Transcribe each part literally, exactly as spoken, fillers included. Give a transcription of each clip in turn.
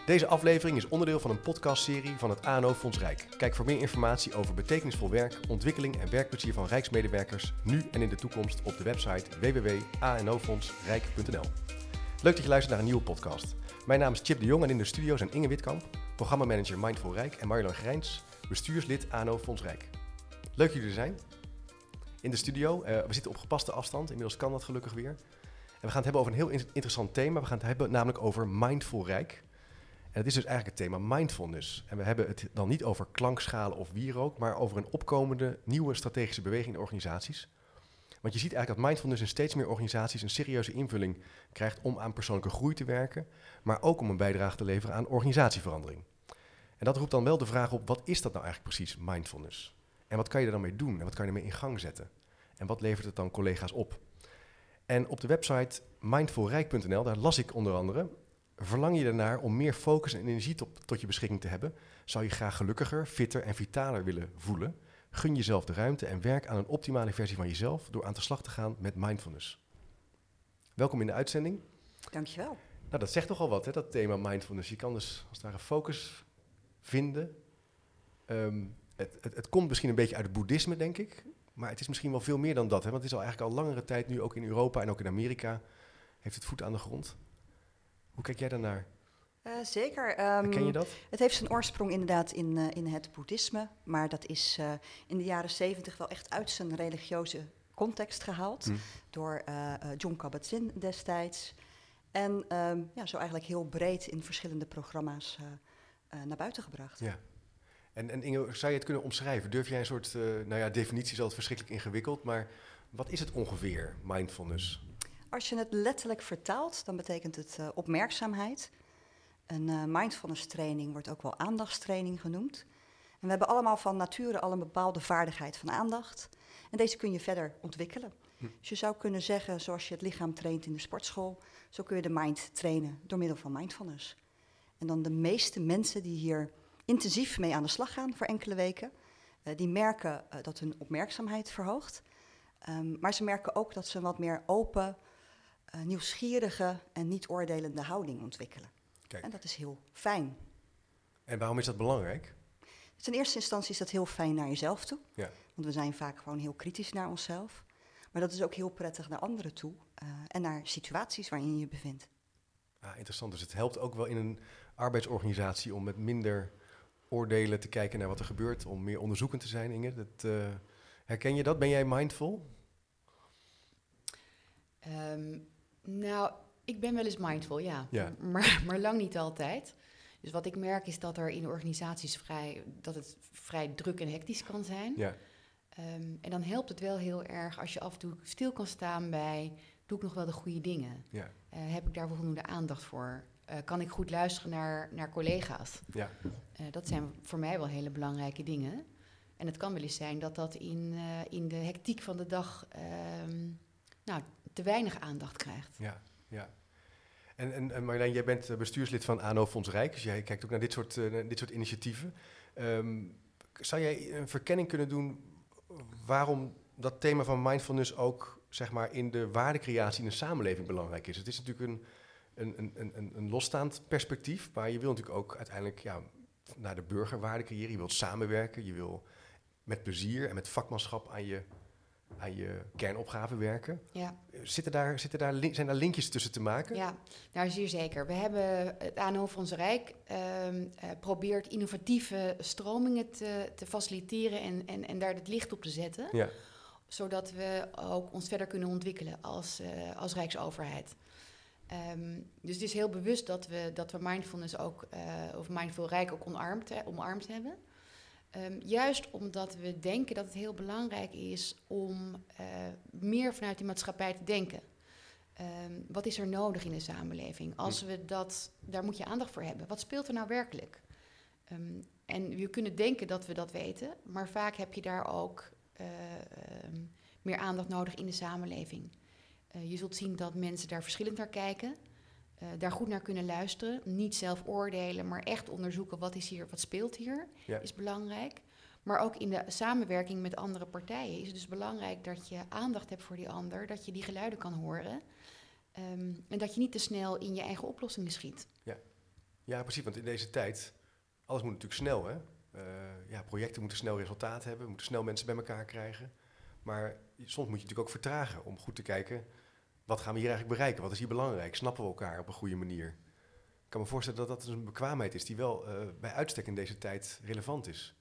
Deze aflevering is onderdeel van een podcastserie van het A N O Fonds Rijk. Kijk voor meer informatie over betekenisvol werk, ontwikkeling en werkplezier van Rijksmedewerkers nu en in de toekomst op de website w w w punt a n o fonds rijk punt n l. Leuk dat je luistert naar een nieuwe podcast. Mijn naam is Chip de Jong en in de studio zijn Inge Witkamp, programmamanager Mindful Rijk en Marjolein Grijns, bestuurslid A N O Fonds Rijk. Leuk dat jullie er zijn. In de studio, uh, we zitten op gepaste afstand, inmiddels kan dat gelukkig weer. En we gaan het hebben over een heel interessant thema. We gaan het hebben namelijk over Mindful Rijk. En dat is dus eigenlijk het thema mindfulness. En we hebben het dan niet over klankschalen of wierook, maar over een opkomende nieuwe strategische beweging in organisaties. Want je ziet eigenlijk dat mindfulness in steeds meer organisaties een serieuze invulling krijgt om aan persoonlijke groei te werken, maar ook om een bijdrage te leveren aan organisatieverandering. En dat roept dan wel de vraag op, wat is dat nou eigenlijk precies, mindfulness? En wat kan je er dan mee doen? En wat kan je ermee in gang zetten? En wat levert het dan collega's op? En op de website mindful rijk punt n l, daar las ik onder andere, verlang je ernaar om meer focus en energie tot, tot je beschikking te hebben? Zou je graag gelukkiger, fitter en vitaler willen voelen? Gun jezelf de ruimte en werk aan een optimale versie van jezelf door aan de slag te gaan met mindfulness. Welkom in de uitzending. Dankjewel. Nou, dat zegt toch al wat, hè, dat thema mindfulness. Je kan dus als het ware focus vinden. Um, het, het, het komt misschien een beetje uit het boeddhisme, denk ik. Maar het is misschien wel veel meer dan dat. Hè, want het is al eigenlijk al langere tijd nu ook in Europa en ook in Amerika heeft het voet aan de grond. Hoe kijk jij daarnaar? Uh, zeker. Um, Ken je dat? Het heeft zijn oorsprong inderdaad in, uh, in het boeddhisme. Maar dat is uh, in de jaren zeventig wel echt uit zijn religieuze context gehaald. Hm. Door uh, uh, Jon Kabat-Zinn destijds. En um, ja, zo eigenlijk heel breed in verschillende programma's uh, uh, naar buiten gebracht. Ja. En, en Inge, zou je het kunnen omschrijven? Durf jij een soort, uh, nou ja, definitie is altijd verschrikkelijk ingewikkeld, maar wat is het ongeveer, mindfulness? Als je het letterlijk vertaalt, dan betekent het uh, opmerkzaamheid. Een uh, mindfulness training wordt ook wel aandachtstraining genoemd. En we hebben allemaal van nature al een bepaalde vaardigheid van aandacht. En deze kun je verder ontwikkelen. Hm. Dus je zou kunnen zeggen, zoals je het lichaam traint in de sportschool, zo kun je de mind trainen door middel van mindfulness. En dan de meeste mensen die hier intensief mee aan de slag gaan voor enkele weken, uh, die merken uh, dat hun opmerkzaamheid verhoogt. Um, maar ze merken ook dat ze een wat meer open, uh, nieuwsgierige en niet oordelende houding ontwikkelen. Kijk. En dat is heel fijn. En waarom is dat belangrijk? Dus in eerste instantie is dat heel fijn naar jezelf toe. Ja. Want we zijn vaak gewoon heel kritisch naar onszelf. Maar dat is ook heel prettig naar anderen toe. Uh, en naar situaties waarin je je bevindt. Ah, interessant. Dus het helpt ook wel in een arbeidsorganisatie om met minder oordelen te kijken naar wat er gebeurt. Om meer onderzoekend te zijn, Inge. Dat, uh, herken je dat? Ben jij mindful? Um, nou... Ik ben wel eens mindful, ja, ja. Maar, maar lang niet altijd. Dus wat ik merk is dat er in organisaties vrij, dat het vrij druk en hectisch kan zijn. Ja. Um, en dan helpt het wel heel erg als je af en toe stil kan staan bij, doe ik nog wel de goede dingen? Ja. Uh, heb ik daar voldoende aandacht voor? Uh, kan ik goed luisteren naar, naar collega's? Ja. Uh, dat zijn voor mij wel hele belangrijke dingen. En het kan wel eens zijn dat dat in, uh, in de hectiek van de dag um, nou, te weinig aandacht krijgt. Ja. Ja. En, en, en Marjolein, jij bent bestuurslid van A N O Fonds Rijk, dus jij kijkt ook naar dit soort, uh, dit soort initiatieven. Um, zou jij een verkenning kunnen doen waarom dat thema van mindfulness ook, zeg maar, in de waardecreatie in de samenleving belangrijk is? Het is natuurlijk een, een, een, een, een losstaand perspectief, maar je wil natuurlijk ook uiteindelijk ja, naar de burger waarde creëren. Je wilt samenwerken, je wil met plezier en met vakmanschap aan je aan je kernopgave werken. Ja. Zitten daar, zitten daar, zijn daar linkjes tussen te maken? Ja, nou zeer zeker. We hebben het A N O Fonds Rijk uh, uh, probeert innovatieve stromingen te, te faciliteren en, en, en daar het licht op te zetten. Ja. Zodat we ook ons verder kunnen ontwikkelen als, uh, als Rijksoverheid. Um, dus het is heel bewust dat we, dat we mindfulness ook, uh, of Mindful Rijk ook omarmd, he, omarmd hebben. Um, juist omdat we denken dat het heel belangrijk is om uh, meer vanuit die maatschappij te denken. Um, wat is er nodig in de samenleving? Als we dat, daar moet je aandacht voor hebben. Wat speelt er nou werkelijk? Um, en we kunnen denken dat we dat weten, maar vaak heb je daar ook uh, um, meer aandacht nodig in de samenleving. Uh, je zult zien dat mensen daar verschillend naar kijken. Uh, daar goed naar kunnen luisteren. Niet zelf oordelen, maar echt onderzoeken wat is hier, wat speelt hier, ja. is belangrijk. Maar ook in de samenwerking met andere partijen is het dus belangrijk dat je aandacht hebt voor die ander, dat je die geluiden kan horen. Um, en dat je niet te snel in je eigen oplossingen schiet. Ja. Ja, precies, want in deze tijd, alles moet natuurlijk snel, hè? Uh, ja, projecten moeten snel resultaat hebben, we moeten snel mensen bij elkaar krijgen. Maar soms moet je natuurlijk ook vertragen om goed te kijken, wat gaan we hier eigenlijk bereiken? Wat is hier belangrijk? Snappen we elkaar op een goede manier? Ik kan me voorstellen dat dat een bekwaamheid is die wel uh, bij uitstek in deze tijd relevant is.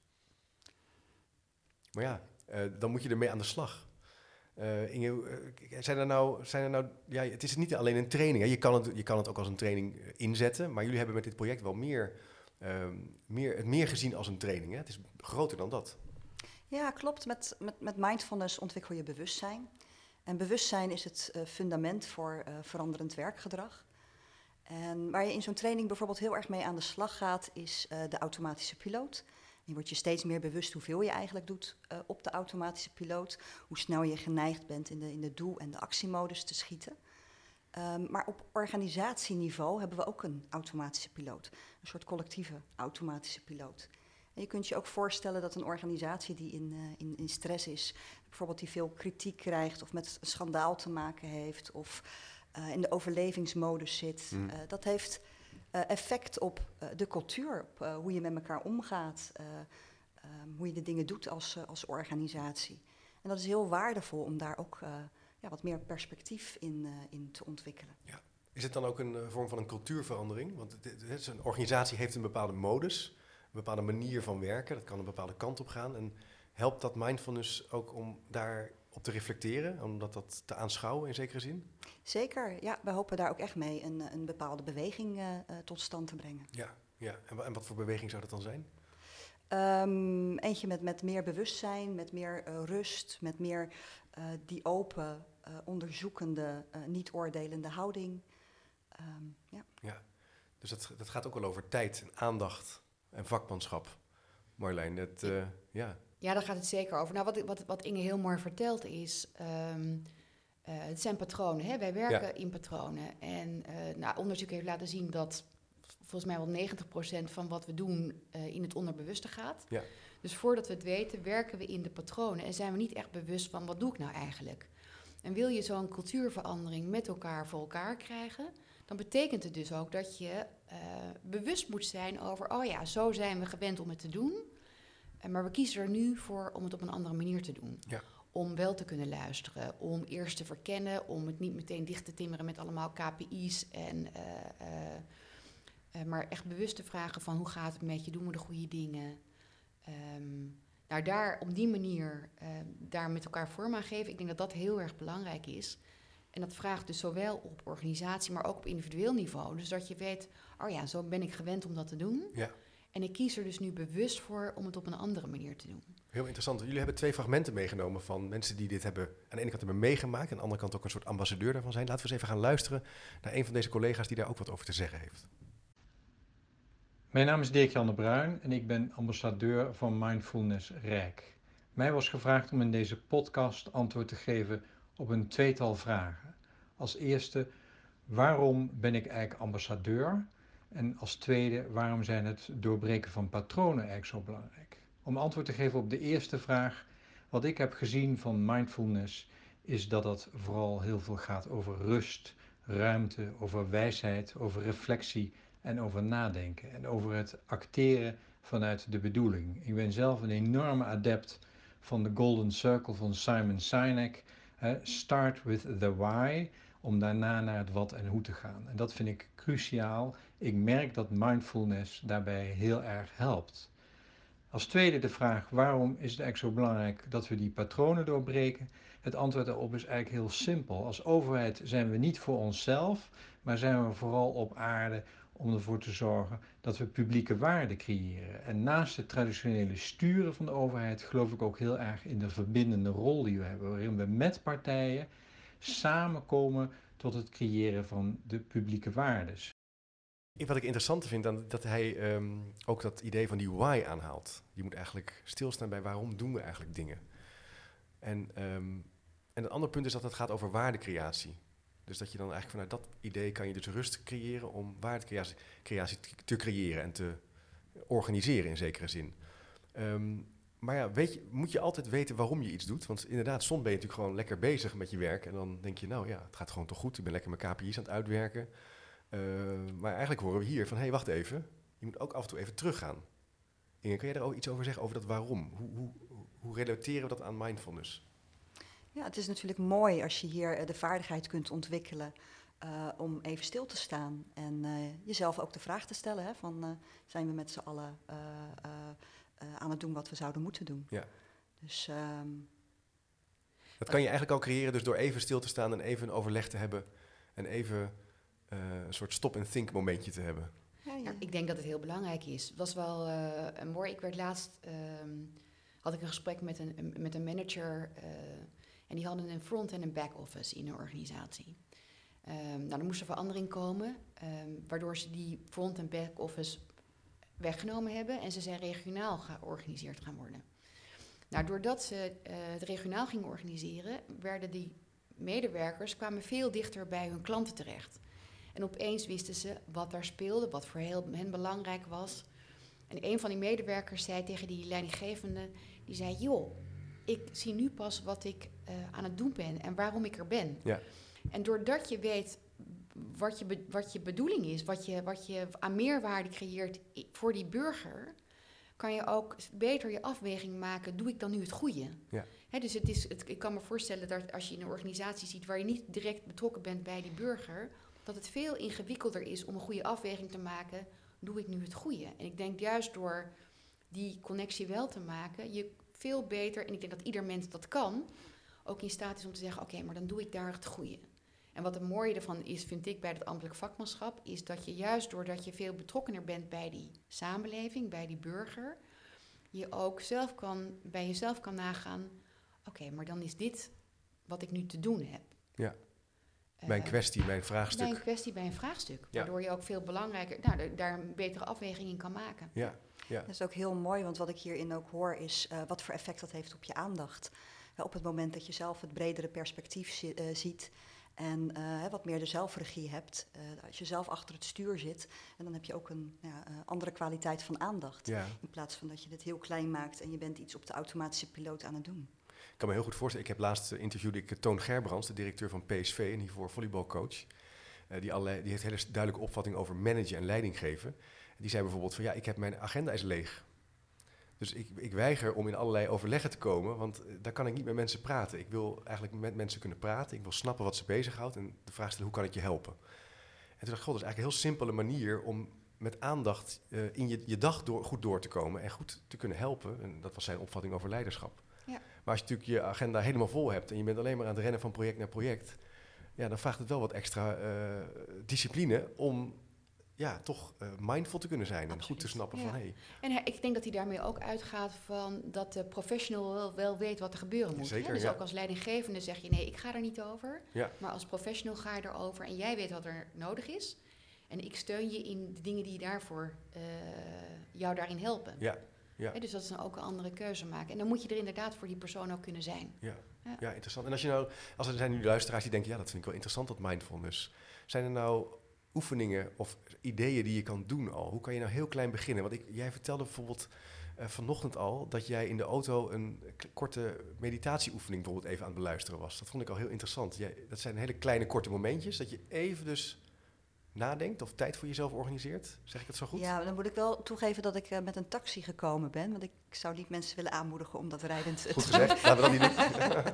Maar ja, uh, dan moet je ermee aan de slag. Uh, Inge, uh, zijn er nou, zijn er nou, ja, het is niet alleen een training. Hè? Je kan het, je kan het ook als een training inzetten, maar jullie hebben met dit project wel meer, uh, meer, het meer gezien als een training. Hè? Het is groter dan dat. Ja, klopt. Met, met, met mindfulness ontwikkel je bewustzijn. En bewustzijn is het uh, fundament voor uh, veranderend werkgedrag. En waar je in zo'n training bijvoorbeeld heel erg mee aan de slag gaat, is uh, de automatische piloot. Je wordt je steeds meer bewust hoeveel je eigenlijk doet uh, op de automatische piloot. Hoe snel je geneigd bent in de, in de doel- en de actiemodus te schieten. Um, maar op organisatieniveau hebben we ook een automatische piloot. Een soort collectieve automatische piloot. En je kunt je ook voorstellen dat een organisatie die in, uh, in, in stress is, bijvoorbeeld die veel kritiek krijgt of met een schandaal te maken heeft of uh, in de overlevingsmodus zit, mm. uh, dat heeft uh, effect op uh, de cultuur, op uh, hoe je met elkaar omgaat, uh, um, hoe je de dingen doet als, uh, als organisatie. En dat is heel waardevol om daar ook uh, ja, wat meer perspectief in, uh, in te ontwikkelen. Ja. Is het dan ook een uh, vorm van een cultuurverandering? Want het, het, het, een organisatie heeft een bepaalde modus, een bepaalde manier van werken, dat kan een bepaalde kant op gaan. En helpt dat mindfulness ook om daarop te reflecteren, om dat, dat te aanschouwen in zekere zin? Zeker, ja. We hopen daar ook echt mee een, een bepaalde beweging uh, uh, tot stand te brengen. Ja, ja. En, en wat voor beweging zou dat dan zijn? Um, eentje met, met meer bewustzijn, met meer uh, rust, met meer uh, die open, uh, onderzoekende, uh, niet-oordelende houding. Um, ja. ja, dus dat, dat gaat ook wel over tijd en aandacht en vakmanschap. Marjolein, het, uh, ja. Ja, daar gaat het zeker over. Nou, wat, wat, wat Inge heel mooi vertelt is, um, uh, het zijn patronen. Hè? Wij werken ja. in patronen. En uh, nou, onderzoek heeft laten zien dat volgens mij wel negentig procent van wat we doen uh, in het onderbewuste gaat. Ja. Dus voordat we het weten, werken we in de patronen en zijn we niet echt bewust van wat doe ik nou eigenlijk. En wil je zo'n cultuurverandering met elkaar voor elkaar krijgen, dan betekent het dus ook dat je uh, bewust moet zijn over, oh ja, zo zijn we gewend om het te doen. Uh, maar we kiezen er nu voor om het op een andere manier te doen. Ja. Om wel te kunnen luisteren, om eerst te verkennen, om het niet meteen dicht te timmeren met allemaal K P I's. En, uh, uh, uh, maar echt bewust te vragen van hoe gaat het met je, doen we de goede dingen. Um, nou, daar op die manier uh, daar met elkaar vorm aan geven, ik denk dat dat heel erg belangrijk is. En dat vraagt dus zowel op organisatie, maar ook op individueel niveau. Dus dat je weet, oh ja, zo ben ik gewend om dat te doen. Ja. En ik kies er dus nu bewust voor om het op een andere manier te doen. Heel interessant. Jullie hebben twee fragmenten meegenomen van mensen die dit hebben aan de ene kant hebben meegemaakt en aan de andere kant ook een soort ambassadeur daarvan zijn. Laten we eens even gaan luisteren naar een van deze collega's die daar ook wat over te zeggen heeft. Mijn naam is Dirk-Jan de Bruin en ik ben ambassadeur van Mindfulness Rijk. Mij was gevraagd om in deze podcast antwoord te geven op een tweetal vragen. Als eerste, waarom ben ik eigenlijk ambassadeur? En als tweede, waarom zijn het doorbreken van patronen eigenlijk zo belangrijk? Om antwoord te geven op de eerste vraag, wat ik heb gezien van mindfulness is dat het vooral heel veel gaat over rust, ruimte, over wijsheid, over reflectie en over nadenken. En over het acteren vanuit de bedoeling. Ik ben zelf een enorme adept van de Golden Circle van Simon Sinek. Uh, start with the why, om daarna naar het wat en hoe te gaan. En dat vind ik cruciaal. Ik merk dat mindfulness daarbij heel erg helpt. Als tweede de vraag, waarom is het eigenlijk zo belangrijk dat we die patronen doorbreken? Het antwoord daarop is eigenlijk heel simpel. Als overheid zijn we niet voor onszelf, maar zijn we vooral op aarde om ervoor te zorgen dat we publieke waarde creëren. En naast het traditionele sturen van de overheid geloof ik ook heel erg in de verbindende rol die we hebben, waarin we met partijen samenkomen tot het creëren van de publieke waardes. Wat ik interessant vind, dan, dat hij um, ook dat idee van die why aanhaalt. Je moet eigenlijk stilstaan bij waarom doen we eigenlijk dingen. En, um, en een ander punt is dat het gaat over waardecreatie. Dus dat je dan eigenlijk vanuit dat idee kan je dus rust creëren om waardecreatie creatie te creëren en te organiseren in zekere zin. Um, maar ja, weet je, moet je altijd weten waarom je iets doet. Want inderdaad, soms ben je natuurlijk gewoon lekker bezig met je werk. En dan denk je, nou ja, het gaat gewoon toch goed. Ik ben lekker mijn K P I's aan het uitwerken. Uh, maar eigenlijk horen we hier van, hé, hey, wacht even. Je moet ook af en toe even teruggaan. Inge, kan jij daar ook iets over zeggen, over dat waarom? Hoe, hoe, hoe relateren we dat aan mindfulness? Ja, het is natuurlijk mooi als je hier uh, de vaardigheid kunt ontwikkelen uh, om even stil te staan. En uh, jezelf ook de vraag te stellen, hè, van uh, zijn we met z'n allen uh, uh, uh, aan het doen wat we zouden moeten doen? Ja. Dus... Um, dat kan je eigenlijk al creëren dus door even stil te staan en even een overleg te hebben en even uh, een soort stop-and-think momentje te hebben. Ja, ja. Nou, ik denk dat het heel belangrijk is. Het was wel uh, een mooi. Ik werd laatst um, had ik een gesprek met een, met een manager uh, en die hadden een front en een back office in een organisatie. Um, nou, er moest er verandering komen, um, waardoor ze die front en back office weggenomen hebben en ze zijn regionaal georganiseerd gaan worden. Nou, doordat ze uh, het regionaal gingen organiseren, werden die medewerkers kwamen veel dichter bij hun klanten terecht. En opeens wisten ze wat daar speelde, wat voor heel, hen belangrijk was. En een van die medewerkers zei tegen die leidinggevende, die zei, joh, ik zie nu pas wat ik uh, aan het doen ben en waarom ik er ben. Ja. En doordat je weet wat je, be, wat je bedoeling is, wat je, wat je aan meerwaarde creëert voor die burger, kan je ook beter je afweging maken, doe ik dan nu het goede? Ja. He, dus het is, het, ik kan me voorstellen dat als je in een organisatie ziet waar je niet direct betrokken bent bij die burger, dat het veel ingewikkelder is om een goede afweging te maken, doe ik nu het goede? En ik denk juist door die connectie wel te maken, je veel beter, en ik denk dat ieder mens dat kan, ook in staat is om te zeggen, oké, okay, maar dan doe ik daar het goede. En wat het mooie ervan is, vind ik, bij het ambtelijk vakmanschap, is dat je juist doordat je veel betrokkener bent bij die samenleving, bij die burger, je ook zelf kan, bij jezelf kan nagaan, oké, okay, maar dan is dit wat ik nu te doen heb. Ja. Mijn kwestie, mijn vraagstuk. Bij een kwestie, bij een vraagstuk. Ja. Waardoor je ook veel belangrijker, nou, daar een betere afweging in kan maken. Ja. Ja. Dat is ook heel mooi, want wat ik hierin ook hoor is uh, wat voor effect dat heeft op je aandacht. Uh, op het moment dat je zelf het bredere perspectief zi- uh, ziet en uh, wat meer de zelfregie hebt. Uh, als je zelf achter het stuur zit, en dan heb je ook een ja, uh, andere kwaliteit van aandacht. Ja. In plaats van dat je het heel klein maakt en je bent iets op de automatische piloot aan het doen. Ik kan me heel goed voorstellen. Ik heb laatst uh, interviewde ik Toon Gerbrands, de directeur van P S V en hiervoor volleybalcoach. Uh, die, allerlei, die heeft een hele duidelijke opvatting over managen en leiding geven. Die zei bijvoorbeeld van ja, ik heb mijn agenda is leeg. Dus ik, ik weiger om in allerlei overleggen te komen, want uh, daar kan ik niet met mensen praten. Ik wil eigenlijk met mensen kunnen praten. Ik wil snappen wat ze bezighoudt en de vraag stellen, hoe kan ik je helpen? En toen dacht ik, god, dat is eigenlijk een heel simpele manier om met aandacht uh, in je, je dag door, goed door te komen en goed te kunnen helpen. En dat was zijn opvatting over leiderschap. Ja. Maar als je natuurlijk je agenda helemaal vol hebt en je bent alleen maar aan het rennen van project naar project, ja, dan vraagt het wel wat extra uh, discipline om ja, toch uh, mindful te kunnen zijn. Absoluut. En goed te snappen ja. van hé. Hey. En hij, ik denk dat hij daarmee ook uitgaat van dat de professional wel, wel weet wat er gebeuren moet. Zeker, hè? Dus ja. ook als leidinggevende zeg je nee, ik ga er niet over. Ja. Maar als professional ga je erover en jij weet wat er nodig is. En ik steun je in de dingen die daarvoor uh, jou daarin helpen. Ja. Ja. He, dus dat is dan ook een andere keuze maken. En dan moet je er inderdaad voor die persoon ook kunnen zijn. Ja. Ja. Ja, interessant. En als je nou, als er zijn nu luisteraars die denken, ja, dat vind ik wel interessant, dat mindfulness. Zijn er nou oefeningen of ideeën die je kan doen al? Hoe kan je nou heel klein beginnen? Want ik, jij vertelde bijvoorbeeld uh, vanochtend al dat jij in de auto een k- korte meditatieoefening bijvoorbeeld even aan het beluisteren was. Dat vond ik al heel interessant. Jij, dat zijn hele kleine korte momentjes, dat je even dus nadenkt of tijd voor jezelf organiseert. Zeg ik dat zo goed? Ja, dan moet ik wel toegeven dat ik uh, met een taxi gekomen ben. Want ik zou niet mensen willen aanmoedigen om dat rijdend te Goed gezegd, laten we dat niet doen.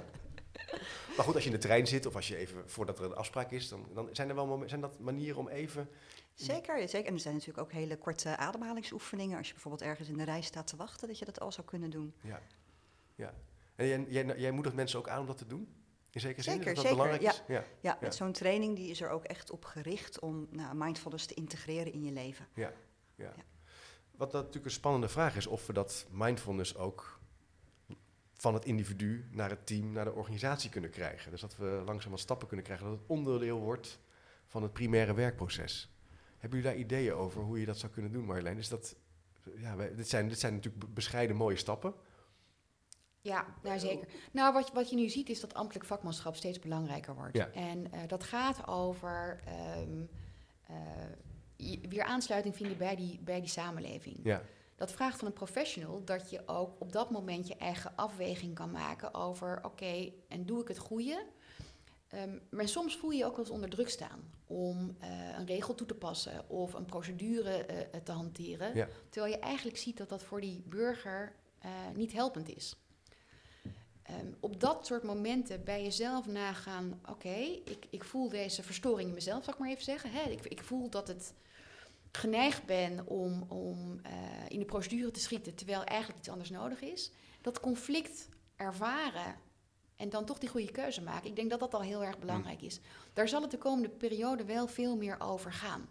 Maar goed, als je in de trein zit of als je even voordat er een afspraak is, dan, dan zijn er wel momen, zijn dat manieren om even. Zeker, zeker. En er zijn natuurlijk ook hele korte ademhalingsoefeningen. Als je bijvoorbeeld ergens in de rij staat te wachten, dat je dat al zou kunnen doen. Ja, ja. En jij, jij, jij moedigt mensen ook aan om dat te doen? In zekere zin? Zeker, dat dat zeker. belangrijk Ja. is? Ja. Ja, met ja. zo'n training die is er ook echt op gericht om nou, mindfulness te integreren in je leven. Ja, ja. ja. Wat dat natuurlijk een spannende vraag is, of we dat mindfulness ook van het individu naar het team, naar de organisatie kunnen krijgen. Dus dat we langzaam wat stappen kunnen krijgen, dat het onderdeel wordt van het primaire werkproces. Hebben jullie daar ideeën over hoe je dat zou kunnen doen, Marjolein? Is dat, ja, wij, dit, zijn, dit zijn natuurlijk bescheiden mooie stappen. Ja, nou zeker. Nou, wat, wat je nu ziet is dat ambtelijk vakmanschap steeds belangrijker wordt. Ja. En uh, dat gaat over um, uh, weer aansluiting vinden bij die, bij die samenleving. Ja. Dat vraagt van een professional dat je ook op dat moment je eigen afweging kan maken over, oké, okay, en doe ik het goede? Um, maar soms voel je je ook wel eens onder druk staan om uh, een regel toe te passen of een procedure uh, te hanteren. Ja. Terwijl je eigenlijk ziet dat dat voor die burger uh, niet helpend is. Um, op dat soort momenten bij jezelf nagaan, oké, okay, ik, ik voel deze verstoring in mezelf, zal ik maar even zeggen. Hè? Ik, ik voel dat het geneigd ben om, om uh, in de procedure te schieten, terwijl eigenlijk iets anders nodig is. Dat conflict ervaren en dan toch die goede keuze maken. Ik denk dat dat al heel erg belangrijk is. Daar zal het de komende periode wel veel meer over gaan.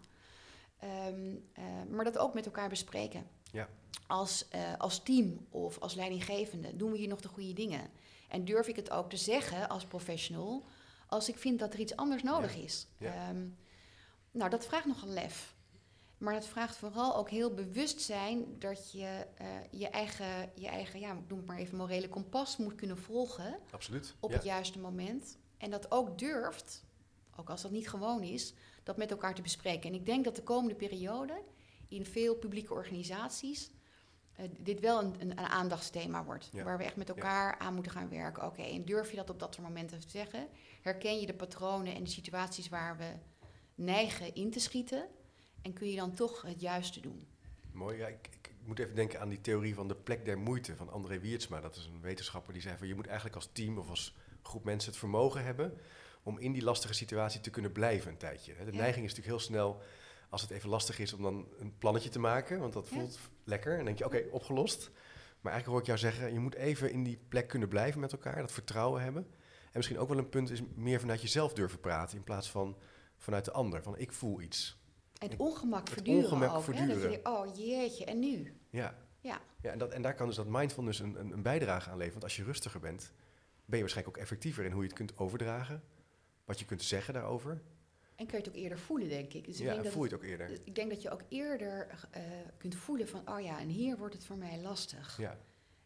Um, uh, maar dat ook met elkaar bespreken. Ja. Als, uh, als team of als leidinggevende doen we hier nog de goede dingen. En durf ik het ook te zeggen als professional als ik vind dat er iets anders nodig ja. is. Ja. Um, nou, dat vraagt nogal lef. Maar het vraagt vooral ook heel bewustzijn dat je uh, je eigen, je eigen ja, ik noem het maar even, morele kompas moet kunnen volgen. Absoluut. Op ja. het juiste moment. En dat ook durft, ook als dat niet gewoon is, dat met elkaar te bespreken. En ik denk dat de komende periode in veel publieke organisaties uh, dit wel een, een, een aandachtsthema wordt. Ja. Waar we echt met elkaar ja. aan moeten gaan werken. Oké, okay, en durf je dat op dat soort momenten te zeggen? Herken je de patronen en de situaties waar we neigen in te schieten? En kun je dan toch het juiste doen? Mooi, ja, ik, ik moet even denken aan die theorie van de plek der moeite van André Wiertsma. Dat is een wetenschapper die zei van je moet eigenlijk als team of als groep mensen het vermogen hebben om in die lastige situatie te kunnen blijven een tijdje. De ja. neiging is natuurlijk heel snel, als het even lastig is, om dan een plannetje te maken, want dat voelt ja. lekker. En dan denk je, oké, okay, opgelost. Maar eigenlijk hoor ik jou zeggen, je moet even in die plek kunnen blijven met elkaar, dat vertrouwen hebben. En misschien ook wel een punt is meer vanuit jezelf durven praten in plaats van vanuit de ander. Van ik voel iets. En het ongemak het verduren ongemak ook. Verduren. Hè? Dat je, oh jeetje, en nu? Ja, ja. ja en, dat, en daar kan dus dat mindfulness een, een, een bijdrage aan leveren. Want als je rustiger bent, ben je waarschijnlijk ook effectiever in hoe je het kunt overdragen. Wat je kunt zeggen daarover. En kun je het ook eerder voelen, denk ik. Dus ik ja, denk dat voel je het ook eerder. Ik denk dat je ook eerder uh, kunt voelen van, oh ja, en hier wordt het voor mij lastig. Ja.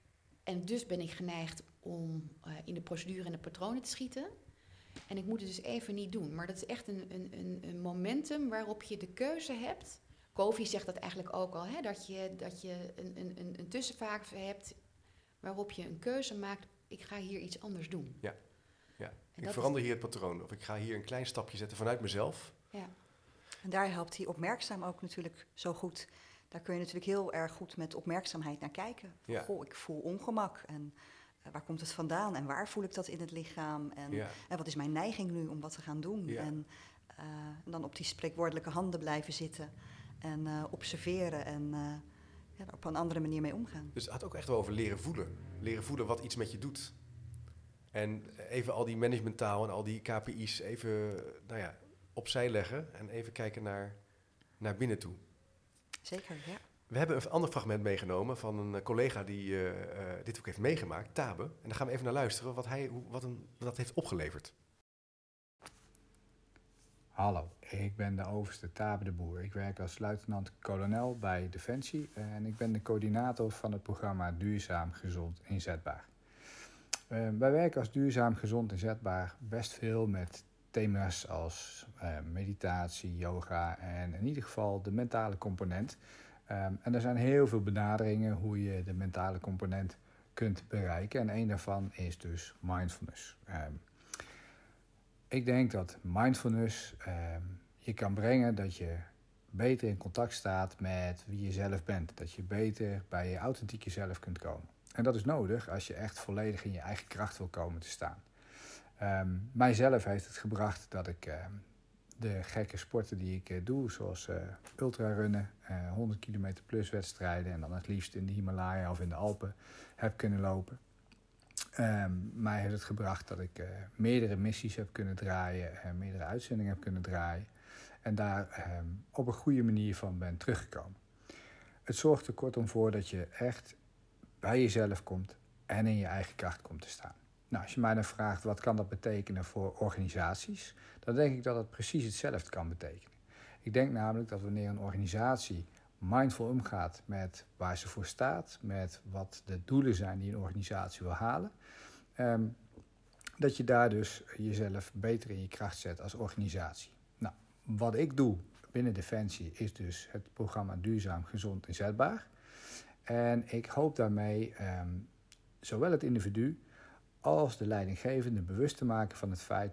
En dus ben ik geneigd om uh, in de procedure en de patronen te schieten. En ik moet het dus even niet doen. Maar dat is echt een, een, een momentum waarop je de keuze hebt. Covey zegt dat eigenlijk ook al. Hè, dat je, dat je een, een, een tussenfase hebt waarop je een keuze maakt. Ik ga hier iets anders doen. Ja, ja. ik verander is... hier het patroon. Of ik ga hier een klein stapje zetten vanuit mezelf. Ja. En daar helpt die opmerkzaam ook natuurlijk zo goed. Daar kun je natuurlijk heel erg goed met opmerkzaamheid naar kijken. Ja. Goh, ik voel ongemak en... Uh, waar komt het vandaan en waar voel ik dat in het lichaam? En, ja. en wat is mijn neiging nu om wat te gaan doen? Ja. En, uh, en dan op die spreekwoordelijke handen blijven zitten en uh, observeren en uh, ja, er op een andere manier mee omgaan. Dus het gaat ook echt wel over leren voelen. Leren voelen wat iets met je doet. En even al die managementtaal en al die K P I's even nou ja, opzij leggen en even kijken naar, naar binnen toe. Zeker, ja. We hebben een ander fragment meegenomen van een collega die uh, uh, dit ook heeft meegemaakt, Tabe. En daar gaan we even naar luisteren wat, hij, hoe, wat, een, wat dat heeft opgeleverd. Hallo, ik ben de overste Tabe de Boer. Ik werk als luitenant-kolonel bij Defensie en ik ben de coördinator van het programma Duurzaam, Gezond, Inzetbaar. Uh, wij werken als Duurzaam, Gezond, Inzetbaar best veel met thema's als uh, meditatie, yoga en in ieder geval de mentale component. Um, en er zijn heel veel benaderingen hoe je de mentale component kunt bereiken. En een daarvan is dus mindfulness. Um, ik denk dat mindfulness um, je kan brengen dat je beter in contact staat met wie je zelf bent. Dat je beter bij je authentieke zelf kunt komen. En dat is nodig als je echt volledig in je eigen kracht wil komen te staan. Um, mijzelf heeft het gebracht dat ik... Um, de gekke sporten die ik uh, doe, zoals uh, ultrarunnen, uh, honderd kilometer plus wedstrijden en dan het liefst in de Himalaya of in de Alpen heb kunnen lopen. Um, mij heeft het gebracht dat ik uh, meerdere missies heb kunnen draaien, en meerdere uitzendingen heb kunnen draaien en daar um, op een goede manier van ben teruggekomen. Het zorgt er kortom voor dat je echt bij jezelf komt en in je eigen kracht komt te staan. Nou, als je mij dan vraagt wat kan dat betekenen voor organisaties, dan denk ik dat het precies hetzelfde kan betekenen. Ik denk namelijk dat wanneer een organisatie mindful omgaat met waar ze voor staat, met wat de doelen zijn die een organisatie wil halen, um, dat je daar dus jezelf beter in je kracht zet als organisatie. Nou, wat ik doe binnen Defensie is dus het programma Duurzaam, Gezond, Inzetbaar. En ik hoop daarmee um, zowel het individu als de leidinggevende bewust te maken van het feit dat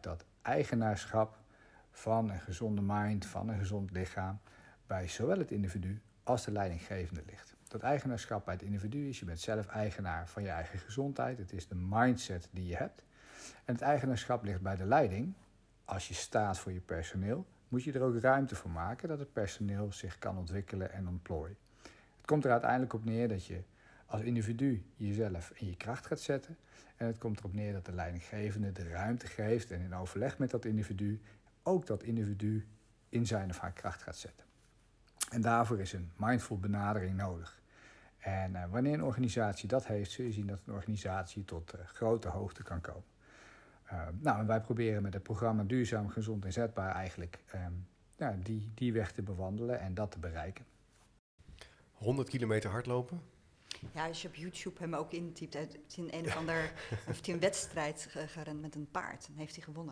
eigenaarschap van een gezonde mind, van een gezond lichaam, bij zowel het individu als de leidinggevende ligt. Dat eigenaarschap bij het individu is, je bent zelf eigenaar van je eigen gezondheid. Het is de mindset die je hebt. En het eigenaarschap ligt bij de leiding. Als je staat voor je personeel, moet je er ook ruimte voor maken dat het personeel zich kan ontwikkelen en ontplooien. Het komt er uiteindelijk op neer dat je als individu jezelf in je kracht gaat zetten. En het komt erop neer dat de leidinggevende de ruimte geeft en in overleg met dat individu ook dat individu in zijn of haar kracht gaat zetten. En daarvoor is een mindful benadering nodig. En uh, wanneer een organisatie dat heeft, zul je zien dat een organisatie tot uh, grote hoogte kan komen. Uh, nou, en wij proberen met het programma Duurzaam, Gezond, Inzetbaar eigenlijk um, ja, die, die weg te bewandelen en dat te bereiken. honderd kilometer hardlopen? Ja, als je op YouTube hem ook intypt, heeft hij een, een of ander, heeft hij een wedstrijd gerend met een paard en heeft hij gewonnen.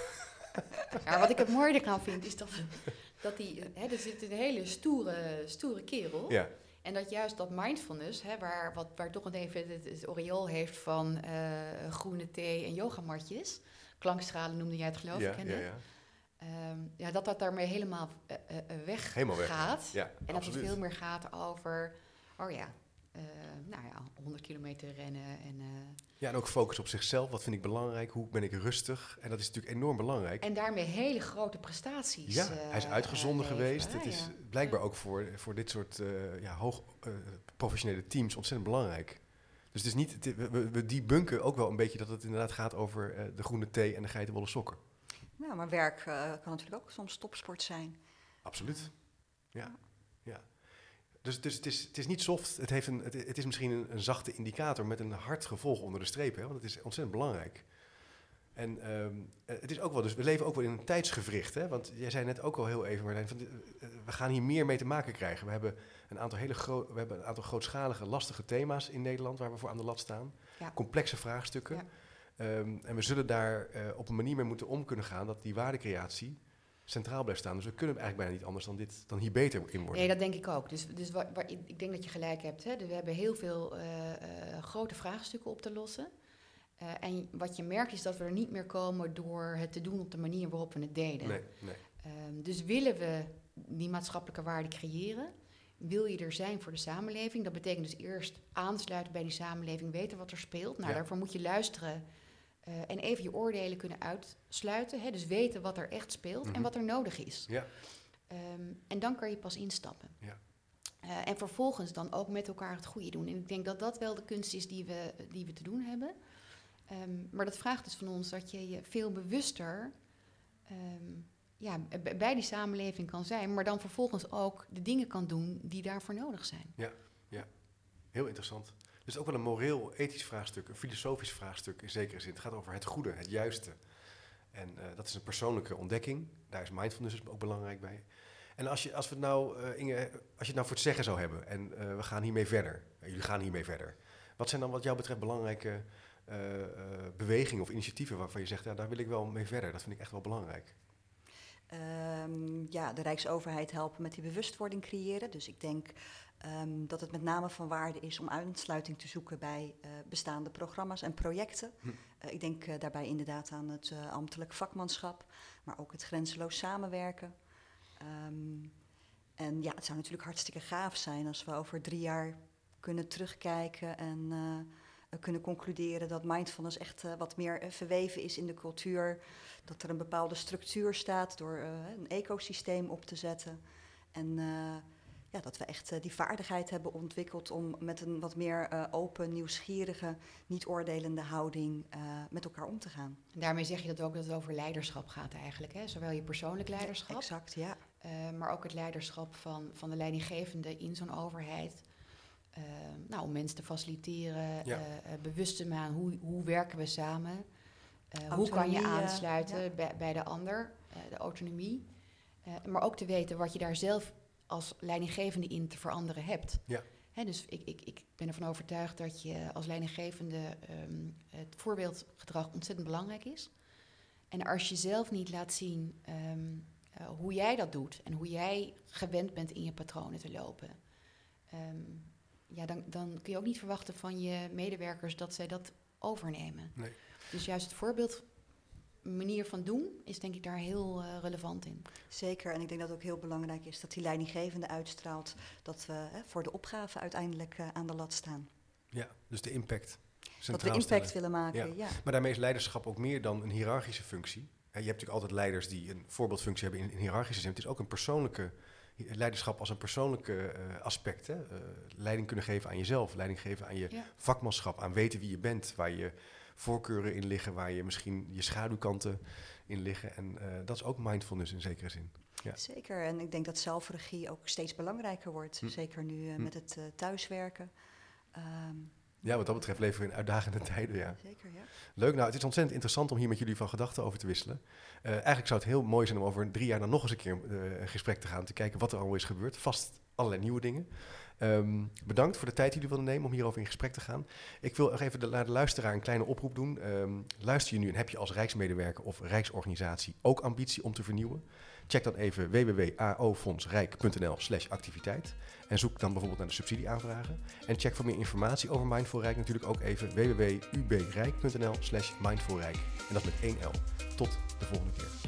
Ja, wat ik het mooie eraan vind, is dat, dat die, hè, er zit een hele stoere, stoere kerel. Ja. En dat juist dat mindfulness, hè, waar, wat, waar toch een even het, het aureool heeft van uh, groene thee en yogamatjes. Klankstralen noemde jij het geloof ja, ik, hè? Ja, ja. Um, ja, dat dat daarmee helemaal uh, uh, weg helemaal weg gaat. Ja, en absoluut. Dat het veel meer gaat over, oh ja, uh, nou ja, honderd kilometer rennen. En, uh, ja, en ook focus op zichzelf. Wat vind ik belangrijk? Hoe ben ik rustig? En dat is natuurlijk enorm belangrijk. En daarmee hele grote prestaties. Ja, hij is uitgezonden uh, geweest. Het is ja. blijkbaar ook voor, voor dit soort uh, ja, hoog uh, professionele teams ontzettend belangrijk. Dus het is niet, het, we, we debunken ook wel een beetje dat het inderdaad gaat over uh, de groene thee en de geitenwolle sokken. Ja, maar werk uh, kan natuurlijk ook soms topsport zijn. Absoluut, ja. ja. Dus, dus het, is, het is niet soft, het, heeft een, het, het is misschien een, een zachte indicator met een hard gevolg onder de streep, hè, want het is ontzettend belangrijk. En um, het is ook wel, dus we leven ook wel in een tijdsgewricht, hè, want jij zei net ook al heel even, Marlijn, van, uh, we gaan hier meer mee te maken krijgen. We hebben een aantal hele gro- we hebben een aantal grootschalige, lastige thema's in Nederland waar we voor aan de lat staan. Ja. Complexe vraagstukken. Ja. Um, en we zullen daar uh, op een manier mee moeten om kunnen gaan dat die waardecreatie centraal blijft staan. Dus we kunnen eigenlijk bijna niet anders dan, dit, dan hier beter in worden. Nee, dat denk ik ook. Dus, dus waar, waar, ik denk dat je gelijk hebt. Hè. We hebben heel veel uh, uh, grote vraagstukken op te lossen. Uh, en wat je merkt is dat we er niet meer komen door het te doen op de manier waarop we het deden. Nee, nee. Um, dus willen we die maatschappelijke waarde creëren, wil je er zijn voor de samenleving. Dat betekent dus eerst aansluiten bij die samenleving, weten wat er speelt. Nou, ja. Daarvoor moet je luisteren uh, en even je oordelen kunnen uitsluiten. Hè? Dus weten wat er echt speelt mm-hmm. en wat er nodig is. Ja. Um, en dan kan je pas instappen. Ja. Uh, en vervolgens dan ook met elkaar het goede doen. En ik denk dat dat wel de kunst is die we, die we te doen hebben. Um, maar dat vraagt dus van ons dat je je veel bewuster um, ja, b- bij die samenleving kan zijn, maar dan vervolgens ook de dingen kan doen die daarvoor nodig zijn. Ja, ja. Heel interessant. Dus ook wel een moreel, ethisch vraagstuk, een filosofisch vraagstuk in zekere zin. Het gaat over het goede, het juiste. En uh, dat is een persoonlijke ontdekking. Daar is mindfulness ook belangrijk bij. En als je, als we het nou, uh, Inge, als je het nou voor het zeggen zou hebben en uh, we gaan hiermee verder, uh, jullie gaan hiermee verder. Wat zijn dan wat jou betreft belangrijke uh, uh, bewegingen of initiatieven waarvan je zegt, ja, daar wil ik wel mee verder. Dat vind ik echt wel belangrijk. Um, ja, de Rijksoverheid helpen met die bewustwording creëren. Dus ik denk um, dat het met name van waarde is om aansluiting te zoeken bij uh, bestaande programma's en projecten. Hm. Uh, ik denk uh, daarbij inderdaad aan het uh, ambtelijk vakmanschap, maar ook het grenzeloos samenwerken. Um, en ja, het zou natuurlijk hartstikke gaaf zijn als we over drie jaar kunnen terugkijken en uh, kunnen concluderen dat mindfulness echt uh, wat meer uh, verweven is in de cultuur. Dat er een bepaalde structuur staat door uh, een ecosysteem op te zetten. En uh, ja, dat we echt uh, die vaardigheid hebben ontwikkeld om met een wat meer uh, open, nieuwsgierige, niet oordelende houding uh, met elkaar om te gaan. En daarmee zeg je dat ook dat het over leiderschap gaat eigenlijk. Hè? Zowel je persoonlijk leiderschap, ja, exact, ja. Uh, maar ook het leiderschap van, van de leidinggevende in zo'n overheid. Uh, nou, om mensen te faciliteren, ja. uh, uh, bewust te maken, hoe, hoe werken we samen? Uh, hoe kan je aansluiten uh, ja. bij, bij de ander, uh, de autonomie. Uh, maar ook te weten wat je daar zelf als leidinggevende in te veranderen hebt. Ja. Hè, dus ik, ik, ik ben ervan overtuigd dat je als leidinggevende um, het voorbeeldgedrag ontzettend belangrijk is. En als je zelf niet laat zien um, uh, hoe jij dat doet en hoe jij gewend bent in je patronen te lopen, um, ja, dan, dan kun je ook niet verwachten van je medewerkers dat zij dat overnemen. Nee. Dus juist het voorbeeld manier van doen is denk ik daar heel uh, relevant in. Zeker, en ik denk dat het ook heel belangrijk is dat die leidinggevende uitstraalt dat we hè, voor de opgave uiteindelijk uh, aan de lat staan. Ja, dus de impact. Dat we impact stellen. willen maken, ja. ja. Maar daarmee is leiderschap ook meer dan een hiërarchische functie. Je hebt natuurlijk altijd leiders die een voorbeeldfunctie hebben in een hiërarchische zin. Het is ook een persoonlijke leiderschap als een persoonlijke uh, aspect. Hè? Uh, leiding kunnen geven aan jezelf, leiding geven aan je ja. vakmanschap, aan weten wie je bent, waar je voorkeuren in liggen, waar je misschien je schaduwkanten in liggen. En uh, dat is ook mindfulness in zekere zin. Ja. Zeker, en ik denk dat zelfregie ook steeds belangrijker wordt. Hm. Zeker nu uh, hm. met het uh, thuiswerken. Um, Ja, wat dat betreft leven we in uitdagende tijden, ja. Zeker, ja. Leuk, nou, het is ontzettend interessant om hier met jullie van gedachten over te wisselen. Uh, eigenlijk zou het heel mooi zijn om over drie jaar dan nog eens een keer uh, een gesprek te gaan, te kijken wat er allemaal is gebeurd. Vast allerlei nieuwe dingen. Um, bedankt voor de tijd die jullie willen nemen om hierover in gesprek te gaan. Ik wil nog even de, naar de luisteraar een kleine oproep doen. Um, luister je nu en heb je als Rijksmedewerker of Rijksorganisatie ook ambitie om te vernieuwen? Check dan even w w w punt a o fonds rijk punt n l slash activiteit en zoek dan bijvoorbeeld naar de subsidieaanvragen. En check voor meer informatie over Mindful Rijk natuurlijk ook even w w w punt u b rijk punt n l slash mindfulrijk. En dat met één L. Tot de volgende keer.